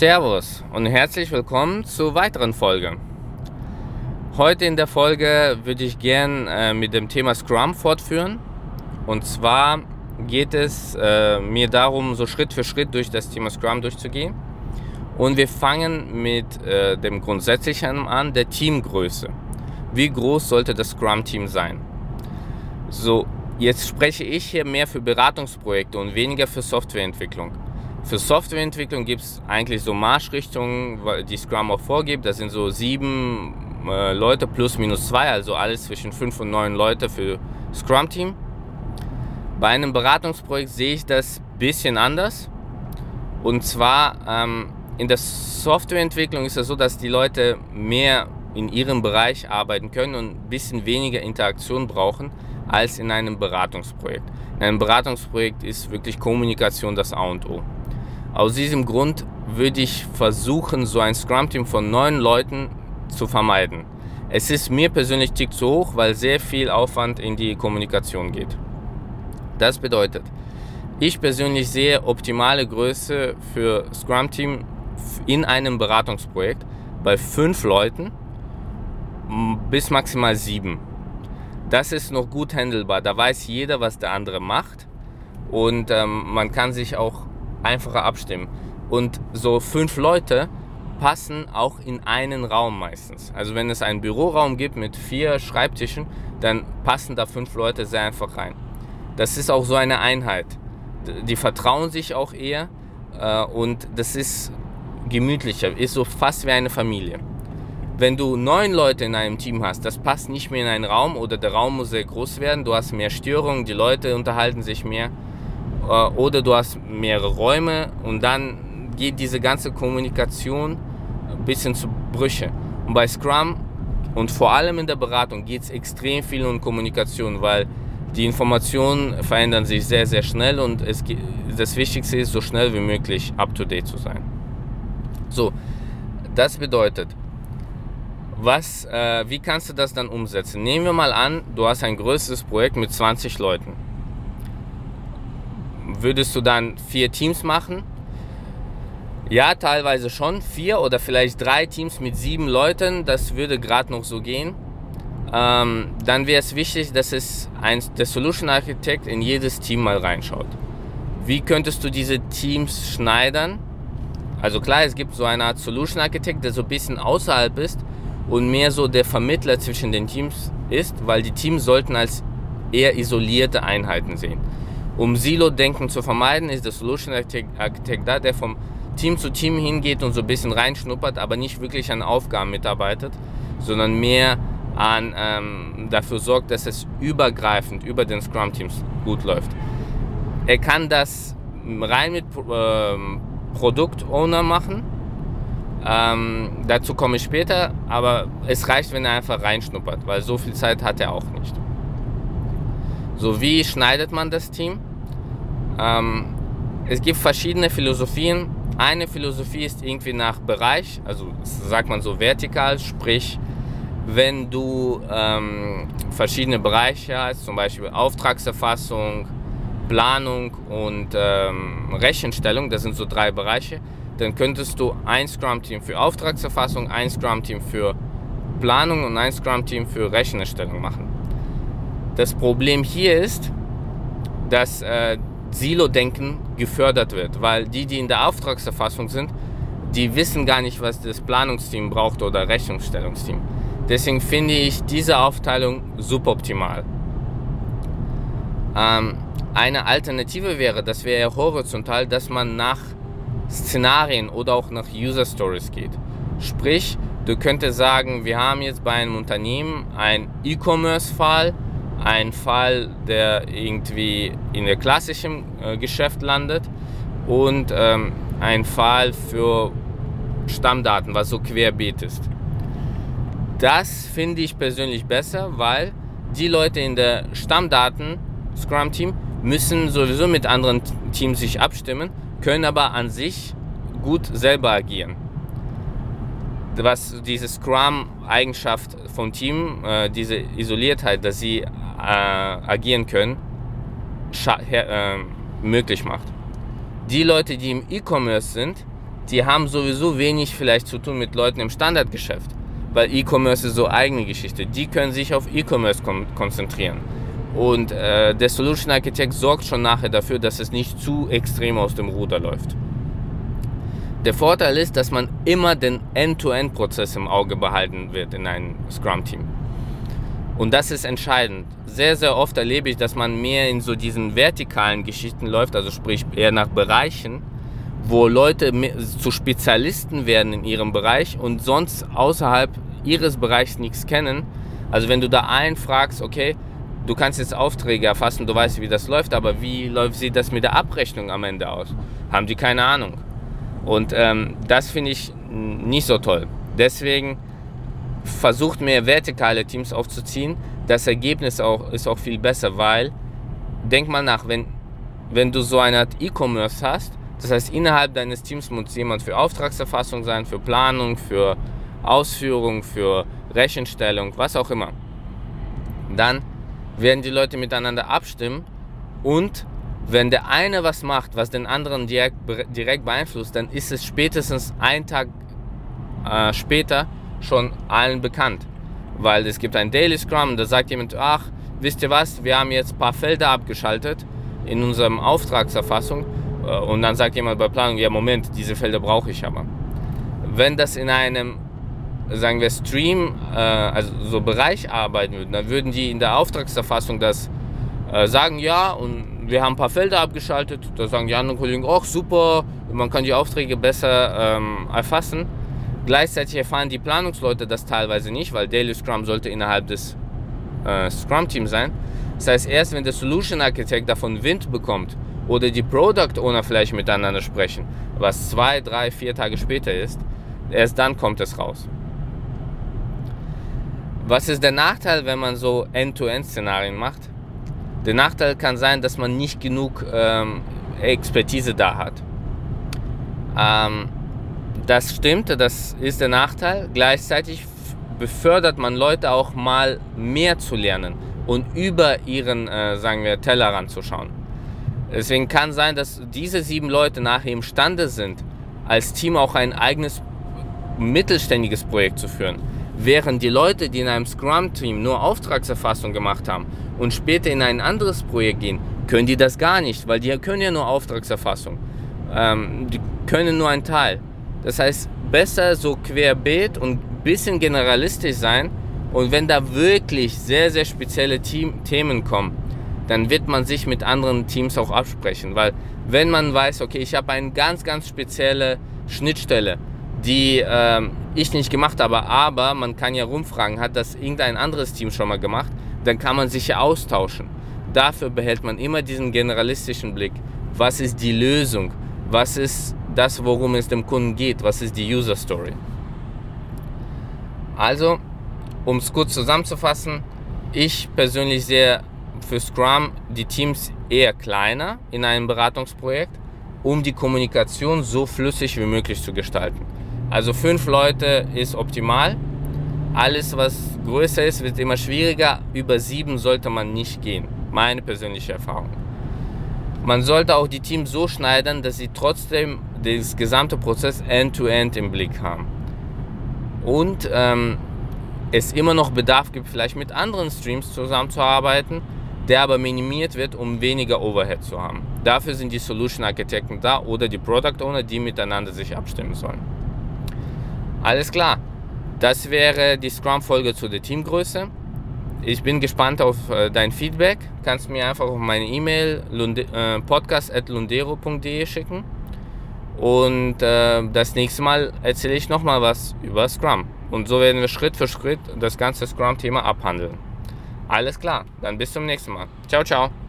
Servus und herzlich willkommen zur weiteren Folge. Heute in der Folge würde ich gern mit dem Thema Scrum fortführen. Und zwar geht es mir darum, so Schritt für Schritt durch das Thema Scrum durchzugehen. Und wir fangen mit dem Grundsätzlichen an, der Teamgröße. Wie groß sollte das Scrum-Team sein? So, jetzt spreche ich hier mehr für Beratungsprojekte und weniger für Softwareentwicklung. Für Softwareentwicklung gibt es eigentlich so Marschrichtungen, die Scrum auch vorgibt. Das sind so 7 Leute plus minus 2, also alles zwischen 5 und 9 Leute für Scrum-Team. Bei einem Beratungsprojekt sehe ich das ein bisschen anders. Und zwar in der Softwareentwicklung ist es so, dass die Leute mehr in ihrem Bereich arbeiten können und ein bisschen weniger Interaktion brauchen als in einem Beratungsprojekt. In einem Beratungsprojekt ist wirklich Kommunikation das A und O. Aus diesem Grund würde ich versuchen, so ein Scrum-Team von 9 Leuten zu vermeiden. Es ist mir persönlich ein Tick zu hoch, weil sehr viel Aufwand in die Kommunikation geht. Das bedeutet, ich persönlich sehe optimale Größe für Scrum-Team in einem Beratungsprojekt bei 5 Leuten bis maximal 7. Das ist noch gut handelbar. Da weiß jeder, was der andere macht und man kann sich auch einfacher abstimmen. Und so 5 Leute passen auch in einen Raum meistens. Also wenn es einen Büroraum gibt mit 4 Schreibtischen, dann passen da 5 Leute sehr einfach rein. Das ist auch so eine Einheit. Die vertrauen sich auch eher und das ist gemütlicher, ist so fast wie eine Familie. Wenn du 9 Leute in einem Team hast, das passt nicht mehr in einen Raum oder der Raum muss sehr groß werden, du hast mehr Störungen, die Leute unterhalten sich mehr oder du hast mehrere Räume und dann geht diese ganze Kommunikation ein bisschen zu Brüche. Und bei Scrum und vor allem in der Beratung geht es extrem viel um Kommunikation, weil die Informationen verändern sich sehr, sehr schnell und das Wichtigste ist, so schnell wie möglich up-to-date zu sein. So, das bedeutet, wie kannst du das dann umsetzen? Nehmen wir mal an, du hast ein größeres Projekt mit 20 Leuten. Würdest du dann 4 Teams machen? Ja, teilweise schon. 4 oder vielleicht 3 Teams mit 7 Leuten, das würde gerade noch so gehen. Dann wäre es wichtig, dass der Solution Architect in jedes Team mal reinschaut. Wie könntest du diese Teams schneidern? Also klar, es gibt so eine Art Solution Architect, der so ein bisschen außerhalb ist und mehr so der Vermittler zwischen den Teams ist, weil die Teams sollten als eher isolierte Einheiten sehen. Um Silo-Denken zu vermeiden, ist der Solution Architect da, der vom Team zu Team hingeht und so ein bisschen reinschnuppert, aber nicht wirklich an Aufgaben mitarbeitet, sondern mehr dafür sorgt, dass es übergreifend über den Scrum-Teams gut läuft. Er kann das rein mit Product-Owner machen, dazu komme ich später, aber es reicht, wenn er einfach reinschnuppert, weil so viel Zeit hat er auch nicht. So, wie schneidet man das Team? Es gibt verschiedene Philosophien. Eine Philosophie ist irgendwie nach Bereich, also sagt man so vertikal, sprich, wenn du verschiedene Bereiche hast, zum Beispiel Auftragserfassung, Planung und Rechenstellung, das sind so 3 Bereiche, dann könntest du ein Scrum-Team für Auftragserfassung, ein Scrum-Team für Planung und ein Scrum-Team für Rechenerstellung machen. Das Problem hier ist, dass Silo-Denken gefördert wird, weil die in der Auftragserfassung sind, die wissen gar nicht, was das Planungsteam braucht oder Rechnungsstellungsteam. Deswegen finde ich diese Aufteilung suboptimal. Eine Alternative wäre, das wäre horizontal, dass man nach Szenarien oder auch nach User Stories geht. Sprich, du könntest sagen, wir haben jetzt bei einem Unternehmen einen E-Commerce-Fall, ein Fall, der irgendwie in der klassischen Geschäft landet und ein Fall für Stammdaten, was so querbeet ist. Das finde ich persönlich besser, weil die Leute in der Stammdaten Scrum-Team müssen sowieso mit anderen Teams sich abstimmen, können aber an sich gut selber agieren. Was diese Scrum-Eigenschaft vom Team, diese Isoliertheit, dass sie agieren können, möglich macht. Die Leute, die im E-Commerce sind, die haben sowieso wenig vielleicht zu tun mit Leuten im Standardgeschäft, weil E-Commerce ist so eigene Geschichte. Die können sich auf E-Commerce konzentrieren. Und der Solution Architect sorgt schon nachher dafür, dass es nicht zu extrem aus dem Ruder läuft. Der Vorteil ist, dass man immer den End-to-End-Prozess im Auge behalten wird in einem Scrum-Team. Und das ist entscheidend. Sehr, sehr oft erlebe ich, dass man mehr in so diesen vertikalen Geschichten läuft, also sprich eher nach Bereichen, wo Leute zu Spezialisten werden in ihrem Bereich und sonst außerhalb ihres Bereichs nichts kennen. Also wenn du da einen fragst, okay, du kannst jetzt Aufträge erfassen, du weißt, wie das läuft, aber sieht das mit der Abrechnung am Ende aus? Haben die keine Ahnung. Und das finde ich nicht so toll. Deswegen versucht mehr vertikale Teams aufzuziehen. Das Ergebnis ist auch viel besser, weil, denk mal nach, wenn du so eine Art E-Commerce hast, das heißt, innerhalb deines Teams muss jemand für Auftragserfassung sein, für Planung, für Ausführung, für Rechenstellung, was auch immer. Dann werden die Leute miteinander abstimmen und wenn der eine was macht, was den anderen direkt beeinflusst, dann ist es spätestens einen Tag später schon allen bekannt. Weil es gibt ein Daily Scrum und da sagt jemand, ach, wisst ihr was, wir haben jetzt ein paar Felder abgeschaltet in unserem Auftragserfassung und dann sagt jemand bei Planung, ja Moment, diese Felder brauche ich aber. Wenn das in einem, sagen wir Stream, also so Bereich arbeiten würden, dann würden die in der Auftragserfassung das sagen, ja, und wir haben ein paar Felder abgeschaltet, da sagen die anderen Kollegen, ach super, man kann die Aufträge besser erfassen. Gleichzeitig erfahren die Planungsleute das teilweise nicht, weil Daily Scrum sollte innerhalb des Scrum-Teams sein. Das heißt, erst wenn der Solution Architect davon Wind bekommt oder die Product Owner vielleicht miteinander sprechen, was 2, 3, 4 Tage später ist, erst dann kommt es raus. Was ist der Nachteil, wenn man so End-to-End-Szenarien macht? Der Nachteil kann sein, dass man nicht genug Expertise da hat. Das stimmt, das ist der Nachteil. Gleichzeitig befördert man Leute auch mal mehr zu lernen und über ihren, sagen wir, Tellerrand zu schauen. Deswegen kann sein, dass diese 7 Leute nachher imstande sind, als Team auch ein eigenes mittelständiges Projekt zu führen. Während die Leute, die in einem Scrum-Team nur Auftragserfassung gemacht haben und später in ein anderes Projekt gehen, können die das gar nicht, weil die können ja nur Auftragserfassung. Die können nur einen Teil. Das heißt, besser so querbeet und ein bisschen generalistisch sein. Und wenn da wirklich sehr, sehr spezielle Themen kommen, dann wird man sich mit anderen Teams auch absprechen. Weil wenn man weiß, okay, ich habe eine ganz, ganz spezielle Schnittstelle, die ich nicht gemacht habe, aber man kann ja rumfragen, hat das irgendein anderes Team schon mal gemacht, dann kann man sich ja austauschen. Dafür behält man immer diesen generalistischen Blick. Was ist die Lösung? Was ist das, worum es dem Kunden geht? Was ist die User Story? Also, um es kurz zusammenzufassen, ich persönlich sehe für Scrum die Teams eher kleiner in einem Beratungsprojekt, um die Kommunikation so flüssig wie möglich zu gestalten. Also 5 Leute ist optimal. Alles, was größer ist, wird immer schwieriger. Über 7 sollte man nicht gehen. Meine persönliche Erfahrung. Man sollte auch die Teams so schneidern, dass sie trotzdem das gesamte Prozess end-to-end im Blick haben. Und es immer noch Bedarf gibt, vielleicht mit anderen Streams zusammenzuarbeiten, der aber minimiert wird, um weniger Overhead zu haben. Dafür sind die Solution Architekten da oder die Product Owner, die miteinander sich abstimmen sollen. Alles klar, das wäre die Scrum-Folge zu der Teamgröße. Ich bin gespannt auf dein Feedback. Kannst mir einfach auf meine E-Mail podcast@lundero.de schicken. Und das nächste Mal erzähle ich nochmal was über Scrum. Und so werden wir Schritt für Schritt das ganze Scrum-Thema abhandeln. Alles klar, dann bis zum nächsten Mal. Ciao, ciao.